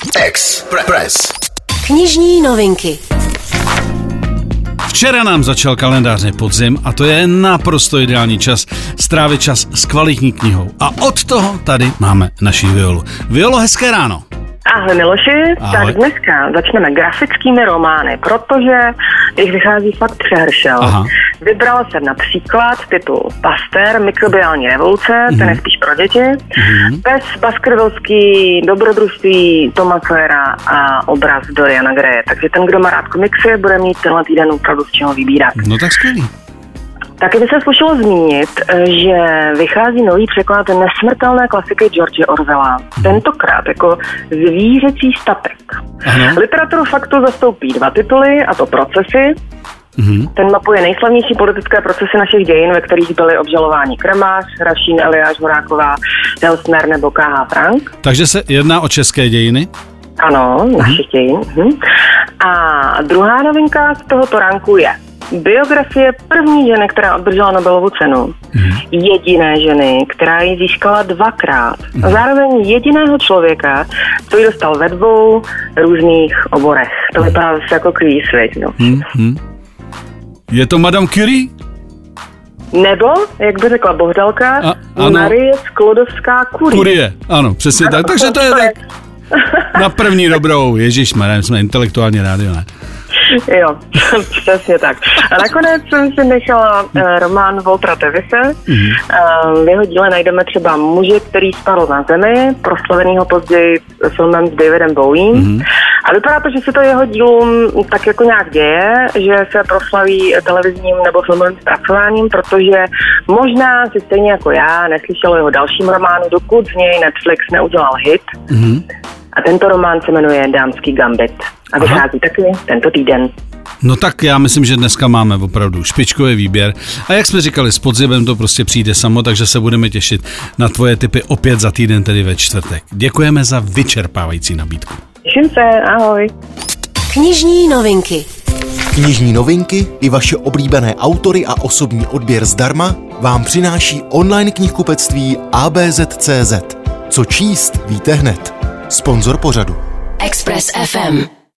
Express. Knižní novinky. Včera nám začal kalendářně podzim a to je naprosto ideální čas strávit čas s kvalitní knihou. A od toho tady máme naši Violu. Violo, hezké ráno. Ahoj Miloši, Ahoj. Tak dneska začneme grafickými romány, protože jich vychází fakt přehršel. Aha. Vybrala jsem například titul Pastér, mikrobiální revoluce, ten je spíš pro děti, Pes Baskervillský, Dobrodružství Toma Sawyera a obraz Doriana Graye. Takže ten, kdo má rád komiksy, bude mít tenhle týden opravdu z čeho vybírat. No tak skvělý. Taky by se slušelo zmínit, že vychází nový překlad nesmrtelné klasiky George Orwella. Tentokrát jako Zvířecí statek. Ano. Literaturu faktu zastoupí 2 tituly, a to Procesy. Ten mapuje nejslavnější politické procesy našich dějin, ve kterých byly obžalováni Krmář, Rašín, Eliáš Horáková, Helsner nebo K.H. Frank. Takže se jedná o české dějiny? Ano, našich dějin. A druhá novinka z tohoto ranku je biografie první ženy, která obdržela Nobelovu cenu. Jediné ženy, která ji získala 2krát. A zároveň jediného člověka, který dostal ve 2 různých oborech. To vypadá zase jako kvíz, no. Je to Madame Curie? Nebo, jak by řekla Bohdalka, ano. Marie Sklodovská-Curie. Curie, ano, přesně tak. Takže to je tak na první dobrou. Ježišmarja, jsme intelektuální rádio, ne? Jo, přesně tak. A nakonec jsem si nechala román Waltera Tevise. V jeho díle najdeme třeba muže, který spadl na zemi, proslavenýho později filmem s Davidem Bowiem. A vypadá to, že se to jeho dílům tak jako nějak děje, že se proslaví televizním nebo filmovým zpracováním, protože možná si stejně jako já neslyšel o jeho dalším románu, dokud z něj Netflix neudělal hit. A tento román se jmenuje Dámský gambit. A vychází taky tento týden. No tak já myslím, že dneska máme opravdu špičkový výběr. A jak jsme říkali, s podzimem to prostě přijde samo, takže se budeme těšit na tvoje tipy opět za týden, tedy ve čtvrtek. Děkujeme za vyčerpávající nabídku. Těším se, ahoj. Knižní novinky. Knižní novinky i vaše oblíbené autory a osobní odběr zdarma vám přináší online knihkupectví ABZ.cz. Co číst, víte hned. Sponzor pořadu. Express FM.